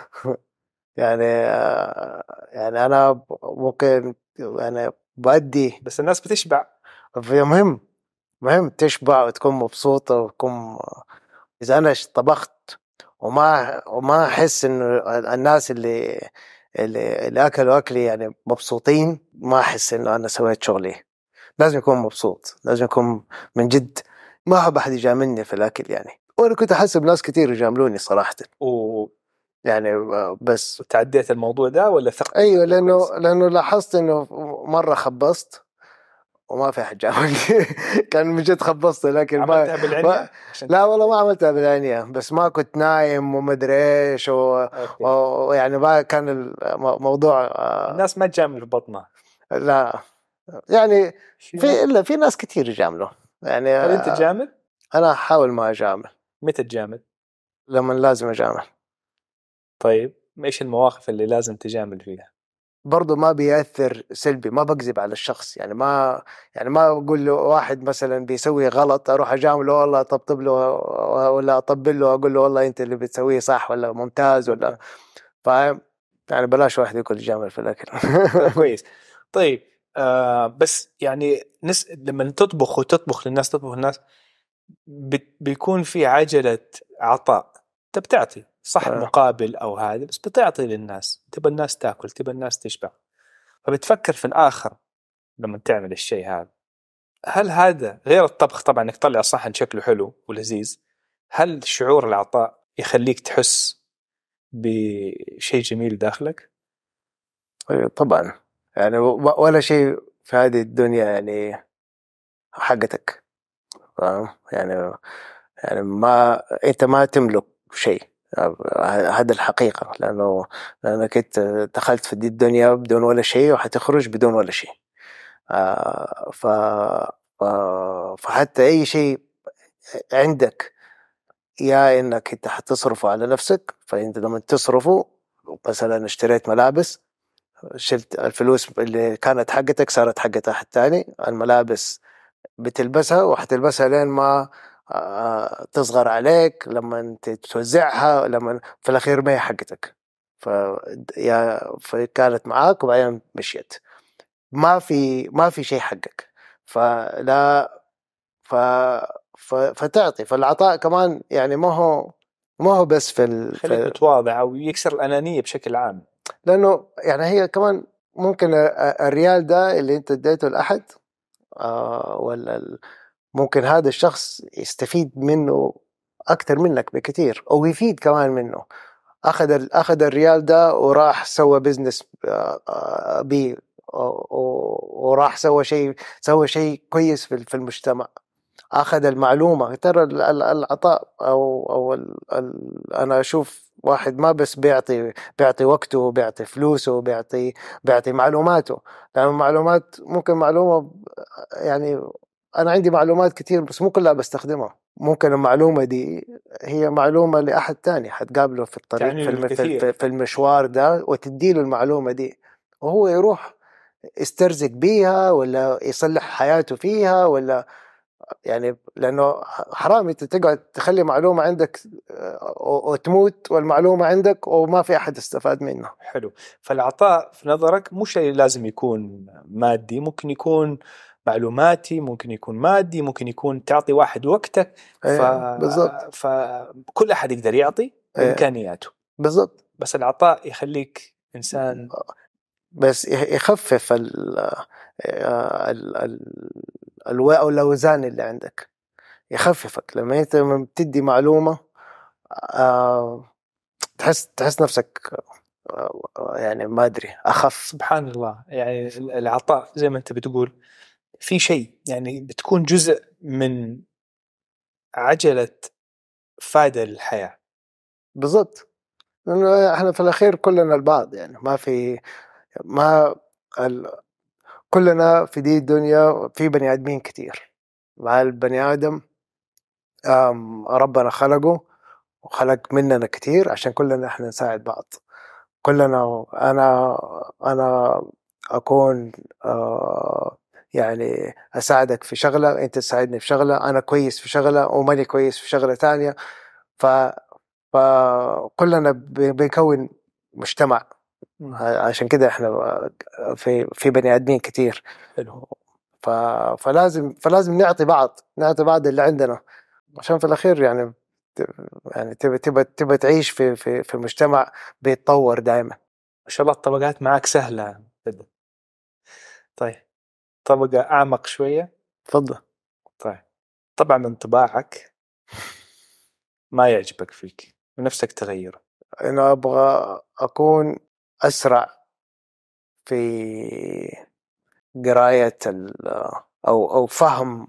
يعني يعني أنا ممكن يعني بأدي، بس الناس بتشبع. مهم مهم تشبع وتكون مبسوطة وتكون. إذا أنا طبخت وما وما أحس إنه الناس اللي اللي, اللي أكلوا أكلي يعني مبسوطين، ما أحس إنه أنا سويت شغلي. لازم يكون مبسوط، لازم يكون من جد. ما أحب أحد يجاملني في الأكل يعني، وأنا كنت أحسب ناس كتير يجاملوني صراحة و... يعني. بس وتعديت الموضوع ده ولا ثقت؟ أيوة، لأنه لأنه لاحظت إنه مرة خبصت وما في أحد جاملني. كان من جد خبصت، لكن عملتها ما, بالعنية؟ ما لا والله ما عملتها بالعنية، بس ما كنت نايم ومدري إيش و... ويعني ما كان الموضوع. الناس ما تجامل في بطنها. لا يعني في شنو؟ إلا في ناس كتير يجاملوا يعني. هل أنت تجامل؟ أنا أحاول ما أجامل متى تجامل؟ لما لازم أجامل. طيب إيش المواقف اللي لازم تجامل فيها؟ برضو ما بيأثر سلبي، ما بكذب على الشخص يعني. ما يعني ما أقول له واحد مثلا بيسوي غلط أروح أجامله والله أطبطب له، ولا أطبل له أقول له والله أنت اللي بتسويه صح ولا ممتاز ولا فاهم يعني. بلاش واحد يقول يجامل في الأكل. كويس. طيب آه بس يعني نس... لما تطبخ وتطبخ للناس، تطبخ للناس بت... بيكون في عجلة عطاء. انت بتعطي صح مقابل او هذا، بس بتعطي للناس، تبى الناس تاكل، تبى الناس تشبع، فبتفكر في الاخر لما تعمل الشيء هذا. هل هذا غير الطبخ طبعا انك تطلع صحن شكله حلو ولذيذ، هل شعور العطاء يخليك تحس بشيء جميل داخلك؟ طبعا يعني ولا شيء في هذه الدنيا يعني حقتك، فاهم يعني. يعني ما انت ما تملك شيء، هذا الحقيقة. لأنه لأنك أنت دخلت في دي الدنيا بدون ولا شيء وحتخرج بدون ولا شيء. آه ف فحتى أي شيء عندك، يا إنك أنت حتصرفه على نفسك، فأنت لما تصرفه مثلا اشتريت ملابس، شلت الفلوس اللي كانت حقتك صارت حقت أحد تاني. الملابس بتلبسها وحتلبسها لين ما آه تصغر عليك، لما توزعها لما في الأخير ما هي حقتك. ف يا فكانت معاك وبعدين مشيت، ما في ما في شيء حقك. فلا ف ف فتعطي. فالعطاء كمان يعني ما هو ما هو بس في ال... خليك في متواضع أو يكسر الأنانية بشكل عام. لأنه يعني هي كمان ممكن الريال ده اللي أنت اديته لأحد آه ولا ال... ممكن هذا الشخص يستفيد منه أكتر منك بكتير، أو يفيد كمان منه. أخذ ال... أخذ الريال ده وراح سوى بزنس بيه، وراح سوى شيء سوى شيء كويس في في المجتمع. أخذ المعلومة. ترى العطاء أو أو ال ال أنا أشوف واحد ما بس بيعطي بيعطي وقته، بيعطي فلوسه، بيعطي بيعطي معلوماته. لأن المعلومات ممكن معلومة يعني أنا عندي معلومات كتير بس مو كلها بستخدمها. ممكن المعلومة دي هي معلومة لأحد تاني حتقابله في الطريق في, الم في, في المشوار ده، وتديله المعلومة دي وهو يروح يسترزق بيها ولا يصلح حياته فيها ولا يعني. لأنه حرام أنت تقعد تخلي معلومة عندك وتموت والمعلومة عندك وما في أحد استفاد منها. حلو. فالعطاء في نظرك مو شيء لازم يكون مادي، ممكن يكون معلوماتي، ممكن يكون مادي، ممكن يكون تعطي واحد وقتك. ف... بالضبط. فكل أحد يقدر يعطي بإمكانياته. بالضبط. بس العطاء يخليك إنسان، بس يخفف ال ال ال الأوزان اللي عندك، يخففك. لما أنت بتدي معلومة تحس تحس نفسك يعني ما أدري أخف. سبحان الله. يعني العطاء زي ما أنت بتقول في شيء يعني بتكون جزء من عجلة فائدة للحياة. بالضبط، لأنه إحنا في الأخير كلنا البعض، يعني ما في ما ال... كلنا في دي الدنيا في بني آدمين كتير. مع البني آدم ربنا خلقه وخلق مننا كتير عشان كلنا إحنا نساعد بعض. كلنا أنا أنا أكون آه يعني أساعدك في شغلة، أنت تساعدني في شغلة، أنا كويس في شغلة وماني كويس في شغلة تانية. ف فكلنا بنكون مجتمع. عشان كده احنا في في بني ادمين كتير. ف... فلازم فلازم نعطي بعض نعطي بعض اللي عندنا، عشان في الاخير يعني يعني تبى تبى تبى تعيش في في في مجتمع بيتطور دائما. ما شاء الله الطبقات معك سهلة. طيب طبقة أعمق شوية. تفضل. طيب طبعا انطباعك ما يعجبك فيك ونفسك تغيره. أنا أبغى أكون أسرع في قراية أو أو فهم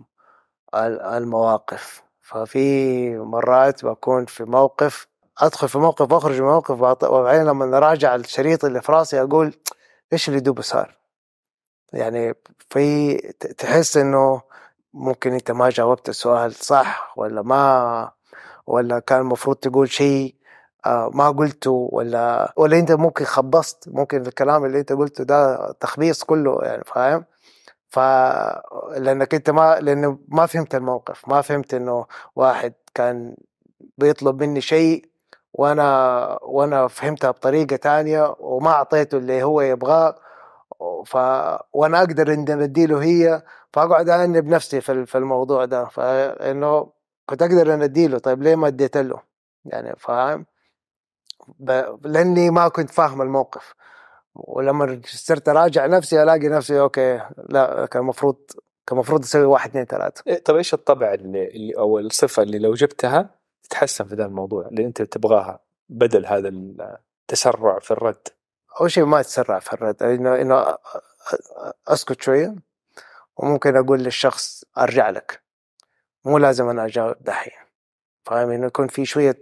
المواقف. ففي مرات بكون في موقف، أدخل في موقف وأخرج من موقف، وبعدين لما نراجع الشريط اللي في راسي أقول إيش اللي دوب صار. يعني في تحس إنه ممكن أنت ما جاوبت السؤال صح، ولا ما ولا كان المفروض تقول شيء ما قلته، ولا ولا أنت ممكن خبصت، ممكن الكلام اللي أنت قلته ده تخبيص كله، يعني فاهم. ف لأنك أنت ما لأنه ما فهمت الموقف، ما فهمت إنه واحد كان بيطلب مني شيء وأنا وأنا فهمتها بطريقة تانية وما أعطيته اللي هو يبغاه. ف وأنا أقدر إن أديله هي، فأقعد أعنب نفسي في في الموضوع ده، فإنه كنت أقدر أن أديله، طيب ليه ما أديت له؟ يعني فاهم، ب... لأني ما كنت فاهم الموقف. ولما صرت أراجع نفسي ألاقي نفسي أوكي، لا كان مفروض كان مفروض أسوي واحد اثنين ثلاثة. إيه طب إيش الطبع اللي, اللي أو الصفة اللي لو جبتها تتحسن في ذا الموضوع اللي أنت تبغاها بدل هذا التسرع في الرد؟ أول شيء ما تسرع في الرد، إنه إنه أسكت شوية، وممكن أقول للشخص أرجع لك، مو لازم أنا أجاوب دحين. فاهم، إنه يكون في شوية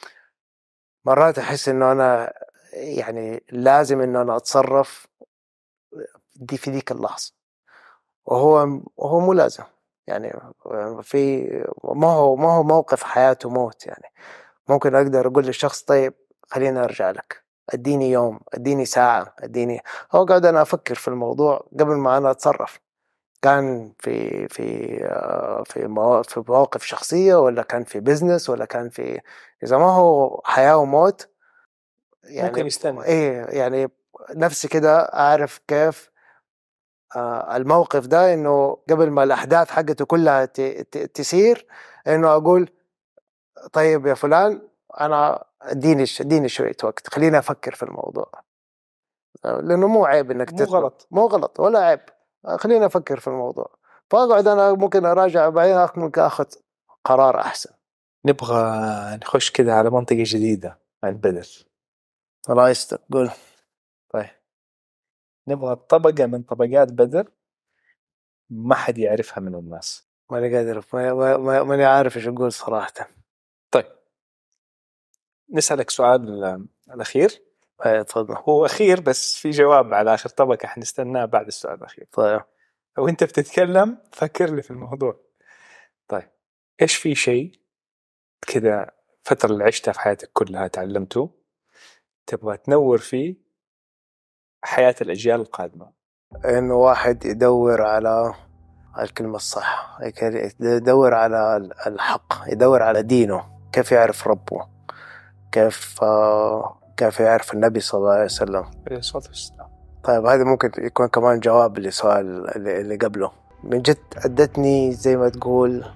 مرات أحس إنه أنا يعني لازم إنه أنا أتصرف دي في ذيك اللحظة، وهو وهو مو لازم. يعني في ما هو ما هو موقف حياة وموت. يعني ممكن أقدر أقول للشخص طيب خليني أرجع لك، أديني يوم، أديني ساعة، أديني هو قاعد أنا أفكر في الموضوع قبل ما أنا أتصرف. كان في في في في مواقف شخصية، ولا كان في بيزنس، ولا كان في إذا ما هو حياة وموت يعني ممكن يستنى. إيه يعني نفسي كده أعرف كيف آه الموقف ده، إنه قبل ما الأحداث حقته كلها تسير، إنه أقول طيب يا فلان أنا اديني اديني شوية وقت، خليني أفكر في الموضوع، لأنه مو عيب إنك مو غلط مو غلط ولا عيب، خليني أفكر في الموضوع. فأقعد أنا ممكن أراجع بعدين ممكن أخذ قرار أحسن. نبغى نخش كده على منطقة جديدة عن بدر. الله يستر، قول. طيب نبغى طبقة من طبقات بدر ما حد يعرفها من الناس. ماني قادر ماني عارف إيش أقول صراحة. طيب نسألك سؤال الأخير. تفضل. هو أخير بس في جواب على آخر طبقة حنستناه بعد السؤال الأخير. طيب وأنت بتتكلم فكر لي في الموضوع. طيب إيش في شيء كذا فترة اللي عشتها في حياتك كلها تعلمته تبغى تنور فيه حياة الأجيال القادمة؟ إنه واحد يدور على الكلمة الصح، يدور على الحق، يدور على دينه، كيف يعرف ربه، كيف كيف يعرف النبي صلى الله عليه وسلم. طيب هذا ممكن يكون كمان جواب لسؤال اللي قبله. من جد أدتني زي ما تقول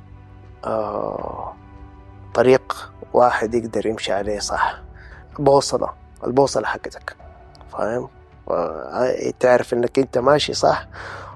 آه طريق واحد يقدر يمشي عليه صح، بوصلة البوصلة حقتك، فاهم، تعرف إنك أنت ماشي صح،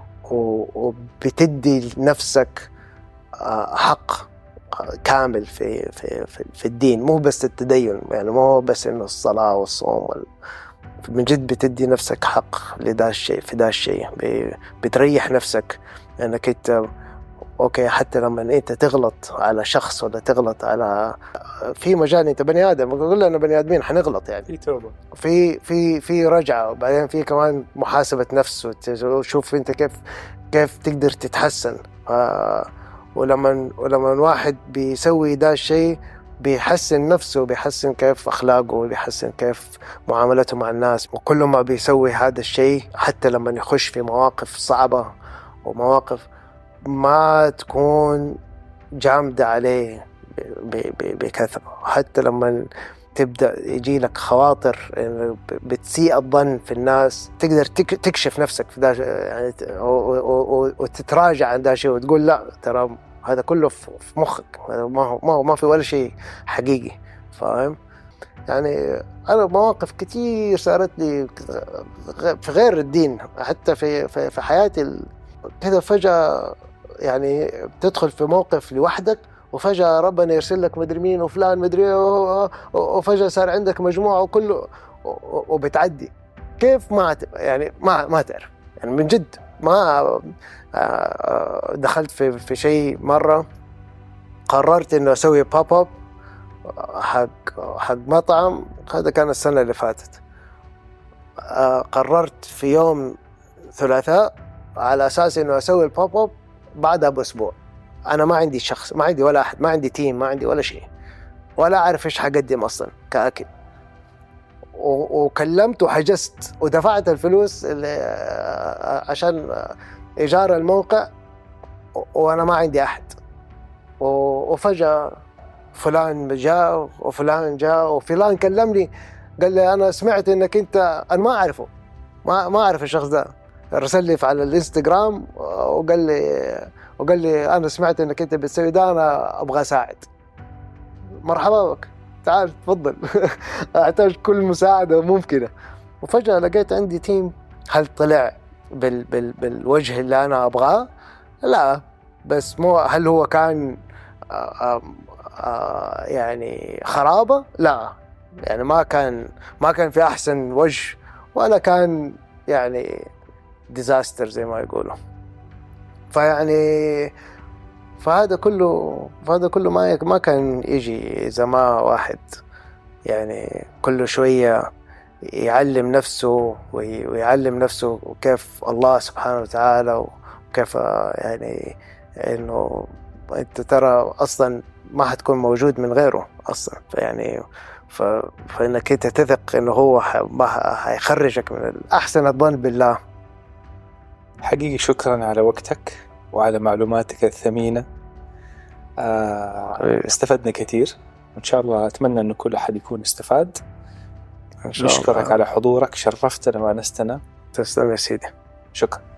وبتدي لنفسك حق كامل في في في الدين، مو بس التدين، يعني مو بس إنه الصلاة والصوم وال... من جد بتدي نفسك حق لدا الشيء في دا الشيء، بتريح نفسك إنك أنت اوكي حتى لما انت تغلط على شخص ولا تغلط على في مجال، انت بني ادم، كلنا بني ادمين حنغلط يعني، في توبه، في في في رجعه، وبعدين في كمان محاسبه نفس، وتشوف انت كيف كيف تقدر تتحسن. آه ولما ولما واحد بيسوي ده الشيء بيحسن نفسه، بيحسن كيف أخلاقه، بيحسن كيف معاملته مع الناس. وكل ما بيسوي هذا الشيء حتى لما يخش في مواقف صعبة ومواقف ما تكون جامدة عليه بكثرة، حتى لما تبدأ يجي لك خواطر بتسيء الظن في الناس، تقدر تكشف نفسك في ده يعني، وتتراجع عن ده شيء وتقول لا ترى هذا كله في مخك، ما ما ما في ولا شيء حقيقي، فاهم يعني. أنا مواقف كتير صارت لي في غير الدين، حتى في في, في حياتي كده فجأة يعني تدخل في موقف لوحدك وفجأة ربنا يرسل لك مدري مين وفلان مدري، وفجأة صار عندك مجموعة وكله وبتعدي كيف ما يعني ما ما تعرف يعني من جد. ما دخلت في في شيء مرة، قررت إنه أسوي بوب أب حق حق مطعم، هذا كان السنة اللي فاتت. قررت في يوم ثلاثاء على أساس إنه أسوي البوب أب بعدها بأسبوع. أنا ما عندي شخص، ما عندي ولا أحد، ما عندي تيم، ما عندي ولا شيء، ولا أعرف إيش حقدم أصلا كأكل. وكلمت وحجزت ودفعت الفلوس عشان إيجار الموقع، وأنا ما عندي أحد. وفجأة فلان جاء وفلان جاء وفلان كلمني قال لي أنا سمعت إنك أنت، أنا ما أعرفه، ما ما أعرف الشخص ده، رسل لي على الانستغرام وقال لي وقال لي أنا سمعت إنك أنت بتسوي ده، أنا أبغى أساعد. مرحبا بك، تعال تفضل. أحتاج كل مساعدة ممكنة. وفجأة لقيت عندي تيم. هل طلع بال بال بالوجه اللي أنا أبغاه؟ لا، بس مو هل هو كان آآ آآ يعني خرابة؟ لا، يعني ما كان ما كان في أحسن وجه، ولا كان يعني ديزاستر زي ما يقولوا. فيعني فهذا كله فهذا كله ما ما كان يجي إذا ما واحد يعني كل شوية يعلم نفسه ويعلم نفسه كيف الله سبحانه وتعالى، وكيف يعني إنه أنت ترى أصلا ما حتكون موجود من غيره أصلا، يعني ف... فإنك أنت تثق إنه هو ح... حيخرجك من أحسن الظن بالله. حقيقي شكرا على وقتك وعلى معلوماتك الثمينة. آه استفدنا كثير، وإن شاء الله أتمنى أن كل أحد يكون استفاد. نشكرك على حضورك، شرفتنا وأنستنا. تسلم يا سيدي. شكرا.